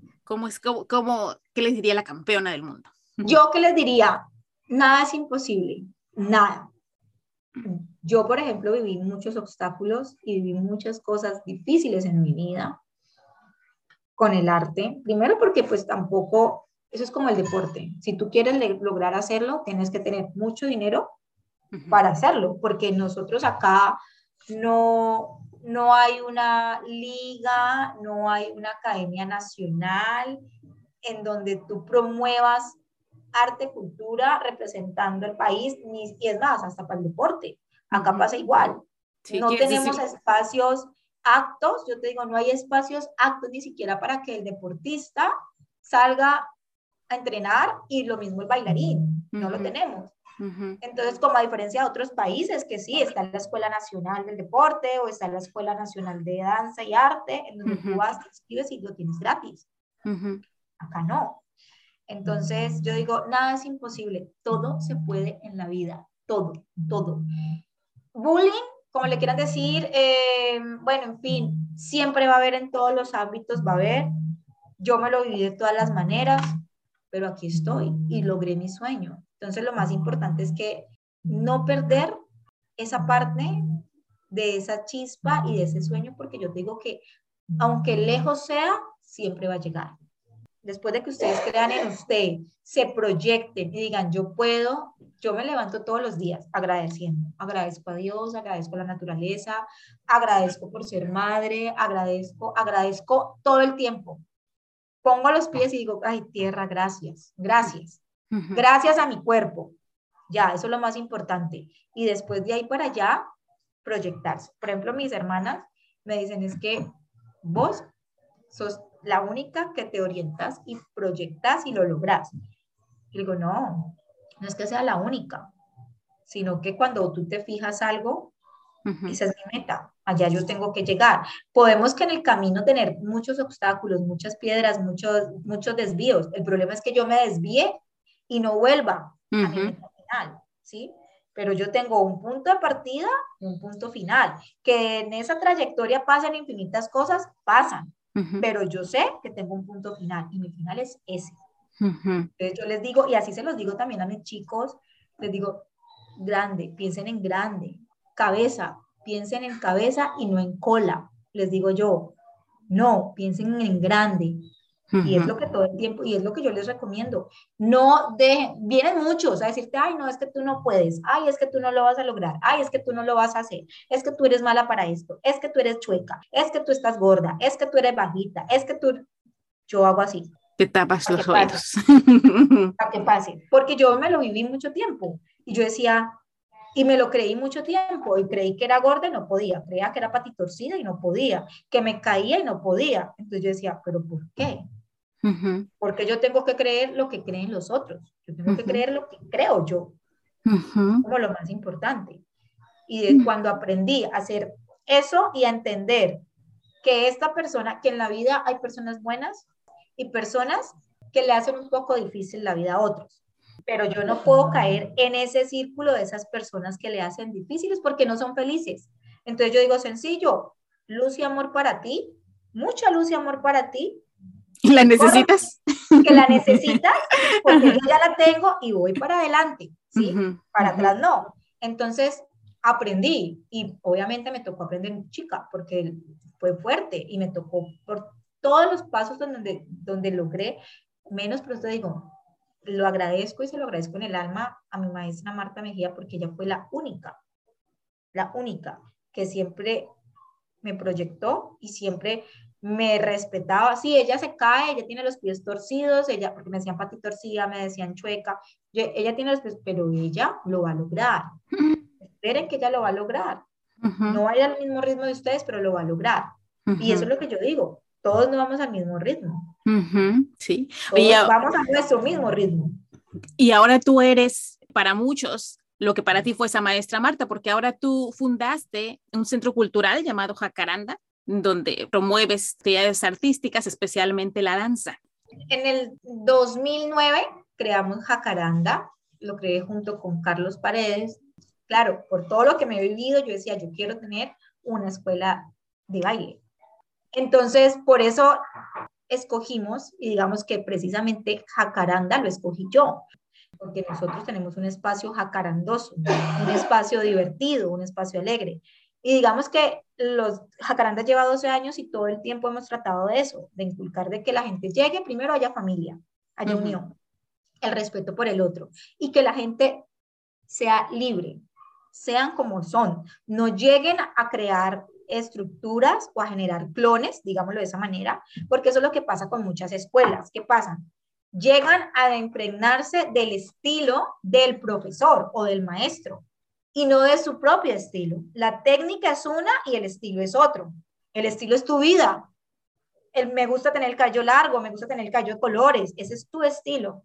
¿Qué les diría la campeona del mundo? Yo que les diría, nada es imposible, nada. Yo, por ejemplo, viví muchos obstáculos y viví muchas cosas difíciles en mi vida con el arte. Primero porque pues tampoco, eso es como el deporte. Si tú quieres lograr hacerlo, tienes que tener mucho dinero para hacerlo, porque nosotros acá no hay una liga, no hay una academia nacional en donde tú promuevas arte, cultura, representando el país, y es más, hasta para el deporte. Acá pasa igual. Sí, No quieres tenemos decir, espacios actos, yo te digo, no hay espacios actos ni siquiera para que el deportista salga a entrenar y lo mismo el bailarín, no lo tenemos. Entonces, como a diferencia de otros países que sí, está la Escuela Nacional del Deporte o está la Escuela Nacional de Danza y Arte, en donde tú vas, te inscribes y lo tienes gratis. Acá no. Entonces, yo digo, nada es imposible, todo se puede en la vida, todo, todo. Bullying, como le quieran decir, bueno, en fin, siempre va a haber en todos los ámbitos, va a haber. Yo me lo viví de todas las maneras, pero aquí estoy y logré mi sueño. Entonces, lo más importante es que no perder esa parte de esa chispa y de ese sueño, porque yo digo que aunque lejos sea, siempre va a llegar. Después de que ustedes crean en usted, se proyecten y digan, yo puedo, yo me levanto todos los días agradeciendo. Agradezco a Dios, agradezco a la naturaleza, agradezco por ser madre, agradezco todo el tiempo. Pongo los pies y digo, ay, tierra, gracias, gracias. Gracias a mi cuerpo. Ya, eso es lo más importante. Y después de ahí para allá, proyectarse. Por ejemplo, mis hermanas me dicen, es que vos sos la única que te orientas y proyectas y lo logras. Y digo, no, no es que sea la única, sino que cuando tú te fijas algo, esa es mi meta, allá yo tengo que llegar. Podemos que en el camino tener muchos obstáculos, muchas piedras, muchos desvíos. El problema es que yo me desvíe y no vuelva a mi meta final, ¿sí? Pero yo tengo un punto de partida y un punto final. Que en esa trayectoria pasen infinitas cosas, pasan. Pero yo sé que tengo un punto final y mi final es ese. Entonces yo les digo, y así se los digo también a mis chicos, les digo, grande, piensen en grande, cabeza, piensen en cabeza y no en cola. Les digo yo, no, piensen en grande. Y es lo que todo el tiempo, y es lo que yo les recomiendo. No dejen, vienen muchos a decirte, ay, no, es que tú no puedes, ay, es que tú no lo vas a lograr, ay, es que tú no lo vas a hacer, es que tú eres mala para esto, es que tú eres chueca, es que tú estás gorda, es que tú eres bajita, es que tú, yo hago así. Te tapas los oídos. Para que pase, porque yo me lo viví mucho tiempo, y yo decía, y me lo creí mucho tiempo, y creí que era gorda y no podía, creía que era patitorcida y no podía, que me caía y no podía. Entonces yo decía, ¿pero por qué? Porque yo tengo que creer lo que creen los otros. Yo tengo que creer lo que creo yo, como lo más importante. Y cuando aprendí a hacer eso y a entender que esta persona, que en la vida hay personas buenas y personas que le hacen un poco difícil la vida a otros. Pero yo no puedo caer en ese círculo de esas personas que le hacen difíciles porque no son felices. Entonces yo digo sencillo, luz y amor para ti, mucha luz y amor para ti. ¿La necesitas? Que la necesitas porque yo ya la tengo y voy para adelante, ¿sí? Para atrás no. Entonces aprendí y obviamente me tocó aprender chica porque fue fuerte y me tocó por todos los pasos donde logré menos, pero te digo, lo agradezco y se lo agradezco en el alma a mi maestra Marta Mejía porque ella fue la única que siempre me proyectó y siempre me respetaba. Sí, ella se cae, ella tiene los pies torcidos, ella, porque me decían pati torcida, me decían chueca, ella tiene los pies, pero ella lo va a lograr. Esperen que ella lo va a lograr. No vaya al mismo ritmo de ustedes, pero lo va a lograr. Y eso es lo que yo digo, todos no vamos al mismo ritmo. Sí. Todos vamos a nuestro mismo ritmo. Y ahora tú eres, para muchos, lo que para ti fue esa maestra Marta, porque ahora tú fundaste un centro cultural llamado Jacaranda, donde promueves actividades artísticas, especialmente la danza. En el 2009 creamos Jacaranda, lo creé junto con Carlos Paredes. Claro, por todo lo que me he vivido, yo decía, yo quiero tener una escuela de baile. Entonces, por eso escogimos, y digamos que precisamente Jacaranda lo escogí yo, porque nosotros tenemos un espacio jacarandoso, un espacio divertido, un espacio alegre. Y digamos que Jacaranda lleva 12 años y todo el tiempo hemos tratado de eso, de inculcar de que la gente llegue, primero haya familia, haya unión, el respeto por el otro, y que la gente sea libre, sean como son, no lleguen a crear estructuras o a generar clones, digámoslo de esa manera, porque eso es lo que pasa con muchas escuelas. ¿Qué pasa? Llegan a impregnarse del estilo del profesor o del maestro y no de su propio estilo. La técnica es una y el estilo es otro. El estilo es tu vida. Me gusta tener el cabello largo, me gusta tener el cabello de colores, ese es tu estilo.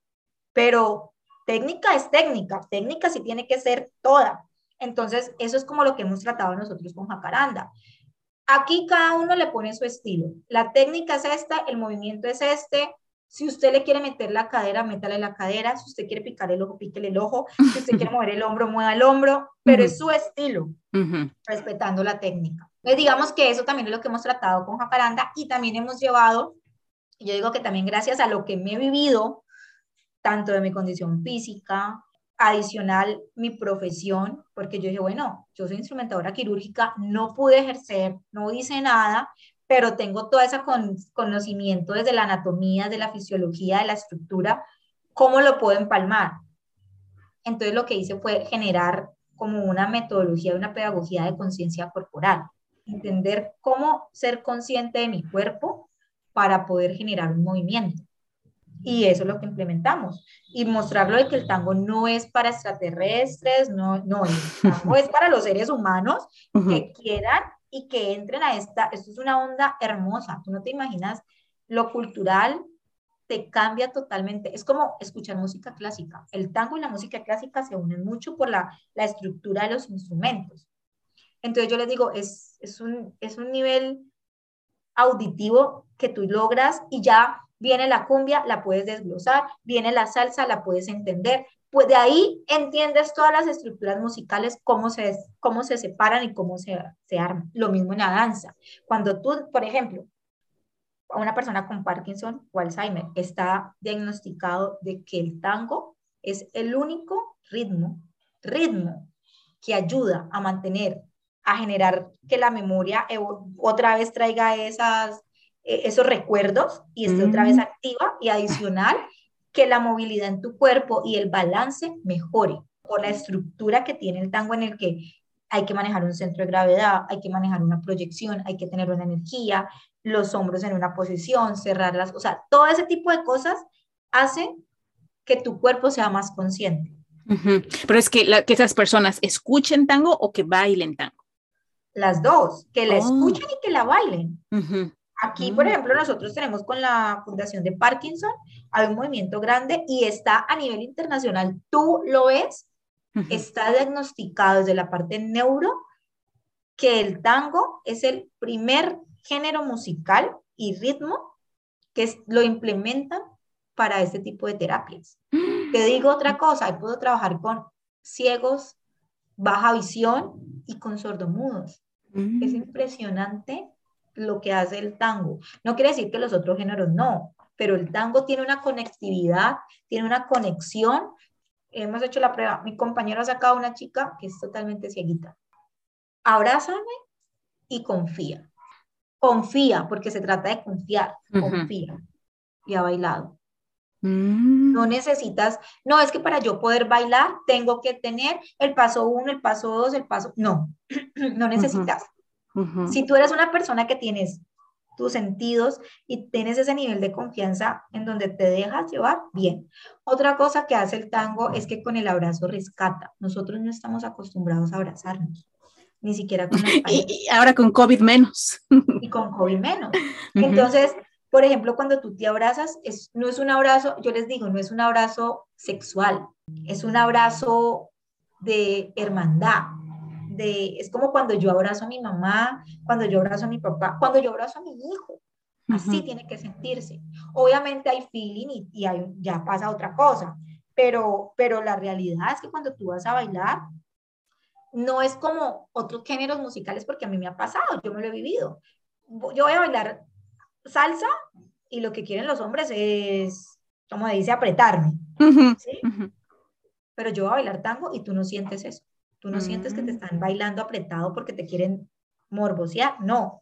Pero técnica es técnica sí tiene que ser toda. Entonces, eso es como lo que hemos tratado nosotros con Jacaranda. Aquí cada uno le pone su estilo. La técnica es esta, el movimiento es este. Si usted le quiere meter la cadera, métale la cadera. Si usted quiere picar el ojo, píquele el ojo. Si usted quiere mover el hombro, mueva el hombro. Pero es su estilo, respetando la técnica. Entonces, digamos que eso también es lo que hemos tratado con Jacaranda y también hemos llevado, yo digo que también gracias a lo que me he vivido, tanto de mi condición física, adicional mi profesión, porque yo dije, bueno, yo soy instrumentadora quirúrgica, no pude ejercer, no hice nada, pero tengo todo ese conocimiento desde la anatomía, de la fisiología, de la estructura, ¿cómo lo puedo empalmar? Entonces lo que hice fue generar como una metodología, una pedagogía de conciencia corporal, entender cómo ser consciente de mi cuerpo para poder generar un movimiento. Y eso es lo que implementamos. Y mostrarlo de que el tango no es para extraterrestres, no, el tango es para los seres humanos que quieran y que entren a esto es una onda hermosa. Tú no te imaginas lo cultural te cambia totalmente. Es como escuchar música clásica. El tango y la música clásica se unen mucho por la estructura de los instrumentos. Entonces yo les digo, es un nivel auditivo que tú logras y ya viene la cumbia, la puedes desglosar, viene la salsa, la puedes entender. Pues de ahí entiendes todas las estructuras musicales, cómo se separan y cómo se arman. Lo mismo en la danza. Cuando tú, por ejemplo, a una persona con Parkinson o Alzheimer está diagnosticado de que el tango es el único ritmo que ayuda a mantener, a generar que la memoria otra vez traiga esos recuerdos y esté otra vez activa, y adicional que la movilidad en tu cuerpo y el balance mejore por la estructura que tiene el tango, en el que hay que manejar un centro de gravedad, hay que manejar una proyección, hay que tener una energía, los hombros en una posición, cerrarlas, o sea, todo ese tipo de cosas hacen que tu cuerpo sea más consciente. Pero es que esas personas escuchen tango o que bailen tango. Las dos, que la escuchen y que la bailen. Aquí, por ejemplo, nosotros tenemos con la Fundación de Parkinson, hay un movimiento grande y está a nivel internacional. Tú lo ves, está diagnosticado desde la parte neuro que el tango es el primer género musical y ritmo que lo implementan para este tipo de terapias. Te digo otra cosa, puedo trabajar con ciegos, baja visión y con sordomudos. Es impresionante lo que hace el tango. No quiere decir que los otros géneros no, pero el tango tiene una conectividad, tiene una conexión. Hemos hecho la prueba. Mi compañero ha sacado una chica que es totalmente cieguita. Abrázame y confía. Confía, porque se trata de confiar. Confía. Y ha bailado. No necesitas, no es que para yo poder bailar tengo que tener el paso 1, el paso 2, el paso, no, no necesitas. Si tú eres una persona que tienes tus sentidos y tienes ese nivel de confianza en donde te dejas llevar, bien. Otra cosa que hace el tango es que con el abrazo rescata. Nosotros no estamos acostumbrados a abrazarnos, ni siquiera con las parejas. Y ahora con COVID menos. Y con COVID menos. Entonces, por ejemplo, cuando tú te abrazas, no es un abrazo, yo les digo, no es un abrazo sexual, es un abrazo de hermandad. Es como cuando yo abrazo a mi mamá, cuando yo abrazo a mi papá, cuando yo abrazo a mi hijo. Así tiene que sentirse. Obviamente hay feeling y ya pasa otra cosa, pero la realidad es que cuando tú vas a bailar, no es como otros géneros musicales, porque a mí me ha pasado, yo me lo he vivido. Yo voy a bailar salsa y lo que quieren los hombres es, como dice, apretarme. ¿Sí? Pero yo voy a bailar tango y tú no sientes eso. Tú no sientes que te están bailando apretado porque te quieren morbosear. No.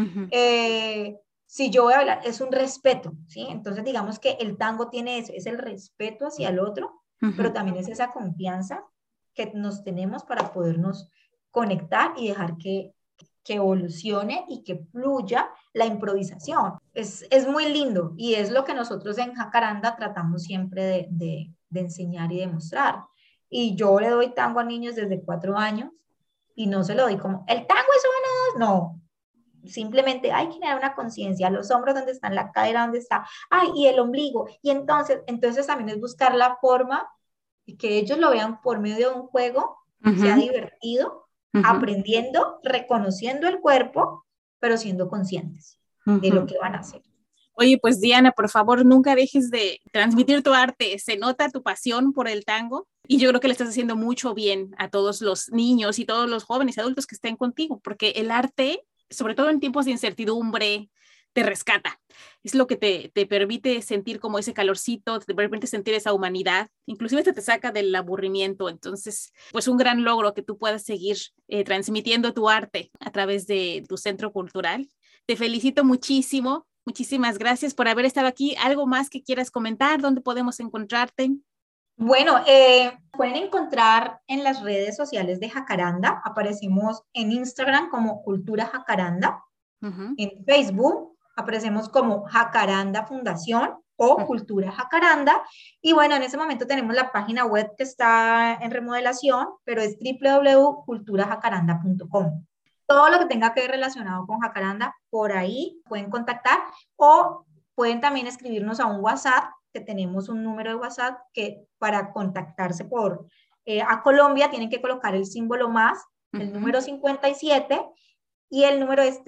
Si yo voy a bailar, es un respeto, ¿sí? Entonces digamos que el tango tiene eso, es el respeto hacia el otro, pero también es esa confianza que nos tenemos para podernos conectar y dejar que evolucione y que fluya la improvisación. Es muy lindo y es lo que nosotros en Jacaranda tratamos siempre de enseñar y demostrar. Y yo le doy tango a niños desde 4 años y no se lo doy como, el tango es 1, 2, no. Simplemente hay que generar una conciencia, los hombros donde están, la cadera donde está, ay, y el ombligo. Y entonces también es buscar la forma y que ellos lo vean por medio de un juego, sea divertido, aprendiendo, reconociendo el cuerpo, pero siendo conscientes de lo que van a hacer. Oye, pues Diana, por favor, nunca dejes de transmitir tu arte. Se nota tu pasión por el tango y yo creo que le estás haciendo mucho bien a todos los niños y todos los jóvenes y adultos que estén contigo, porque el arte, sobre todo en tiempos de incertidumbre, te rescata. Es lo que te permite sentir como ese calorcito, te permite sentir esa humanidad, inclusive te saca del aburrimiento. Entonces, pues un gran logro que tú puedas seguir transmitiendo tu arte a través de tu centro cultural. Te felicito muchísimo. Muchísimas gracias por haber estado aquí. ¿Algo más que quieras comentar? ¿Dónde podemos encontrarte? Bueno, pueden encontrar en las redes sociales de Jacaranda. Aparecemos en Instagram como Cultura Jacaranda. En Facebook aparecemos como Jacaranda Fundación o Cultura Jacaranda. Y bueno, en ese momento tenemos la página web que está en remodelación, pero es www.culturajacaranda.com. Todo lo que tenga que ver relacionado con Jacaranda, por ahí pueden contactar o pueden también escribirnos a un WhatsApp, que tenemos un número de WhatsApp que para contactarse a Colombia tienen que colocar el símbolo más, el número 57, y el número es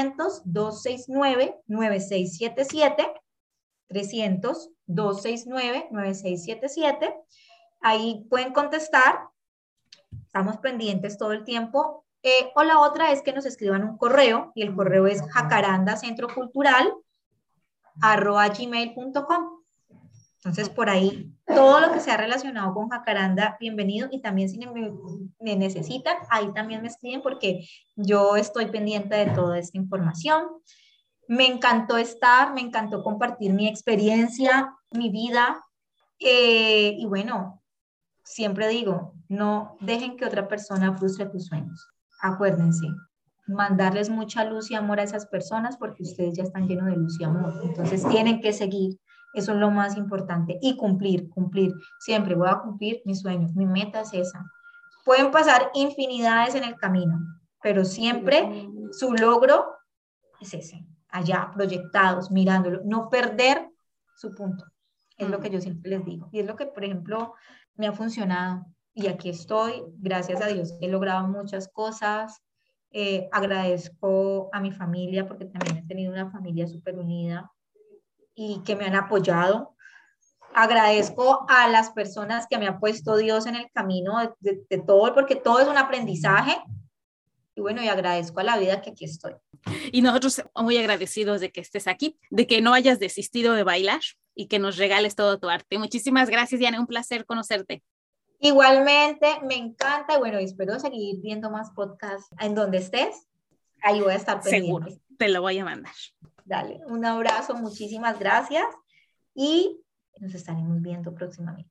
300-269-9677, 300-269-9677. Ahí pueden contestar, estamos pendientes todo el tiempo. O la otra es que nos escriban un correo, y el correo es jacarandacentrocultural@gmail.com. Entonces, por ahí, todo lo que sea relacionado con Jacaranda, bienvenido. Y también si me necesitan, ahí también me escriben, porque yo estoy pendiente de toda esta información. Me encantó compartir mi experiencia, mi vida. Y bueno, siempre digo, no dejen que otra persona frustre tus sueños. Acuérdense, mandarles mucha luz y amor a esas personas, porque ustedes ya están llenos de luz y amor. Entonces, tienen que seguir. Eso es lo más importante. Y cumplir. Siempre voy a cumplir mis sueños. Mi meta es esa. Pueden pasar infinidades en el camino, pero siempre su logro es ese. Allá, proyectados, mirándolo. No perder su punto. Es lo que yo siempre les digo. Y es lo que, por ejemplo, me ha funcionado. Y aquí estoy. Gracias a Dios he logrado muchas cosas. Agradezco a mi familia, porque también he tenido una familia súper unida y que me han apoyado. Agradezco a las personas que me ha puesto Dios en el camino de todo, porque todo es un aprendizaje. Y bueno, y agradezco a la vida que aquí estoy. Y nosotros muy agradecidos de que estés aquí, de que no hayas desistido de bailar y que nos regales todo tu arte. Muchísimas gracias, Diana, un placer conocerte. Igualmente, me encanta, y bueno, espero seguir viendo más podcasts en donde estés. Ahí voy a estar pendiente. Seguro, te lo voy a mandar. Dale, un abrazo, muchísimas gracias y nos estaremos viendo próximamente.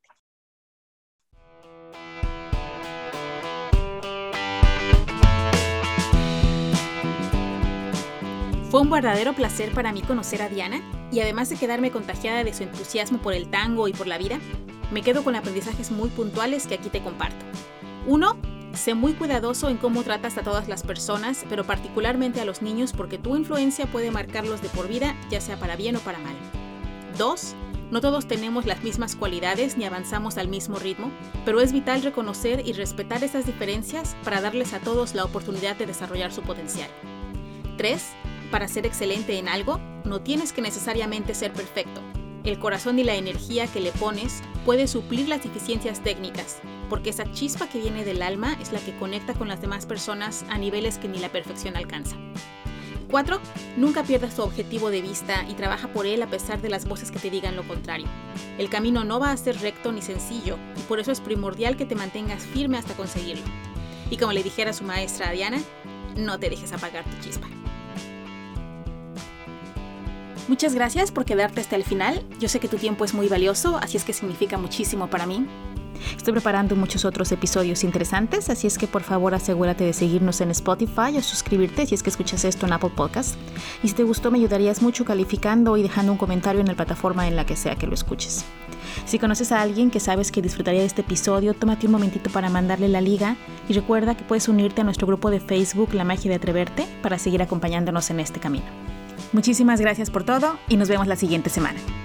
Fue un verdadero placer para mí conocer a Diana, y además de quedarme contagiada de su entusiasmo por el tango y por la vida, me quedo con aprendizajes muy puntuales que aquí te comparto. 1. Sé muy cuidadoso en cómo tratas a todas las personas, pero particularmente a los niños, porque tu influencia puede marcarlos de por vida, ya sea para bien o para mal. 2. No todos tenemos las mismas cualidades ni avanzamos al mismo ritmo, pero es vital reconocer y respetar esas diferencias para darles a todos la oportunidad de desarrollar su potencial. 3. Para ser excelente en algo, no tienes que necesariamente ser perfecto. El corazón y la energía que le pones puede suplir las deficiencias técnicas, porque esa chispa que viene del alma es la que conecta con las demás personas a niveles que ni la perfección alcanza. 4. Nunca pierdas tu objetivo de vista y trabaja por él a pesar de las voces que te digan lo contrario. El camino no va a ser recto ni sencillo, y por eso es primordial que te mantengas firme hasta conseguirlo. Y como le dijera su maestra a Diana, no te dejes apagar tu chispa. Muchas gracias por quedarte hasta el final. Yo sé que tu tiempo es muy valioso, así es que significa muchísimo para mí. Estoy preparando muchos otros episodios interesantes, así es que por favor asegúrate de seguirnos en Spotify o suscribirte si es que escuchas esto en Apple Podcast. Y si te gustó, me ayudarías mucho calificando y dejando un comentario en la plataforma en la que sea que lo escuches. Si conoces a alguien que sabes que disfrutaría de este episodio, tómate un momentito para mandarle la liga y recuerda que puedes unirte a nuestro grupo de Facebook La Magia de Atreverte para seguir acompañándonos en este camino. Muchísimas gracias por todo y nos vemos la siguiente semana.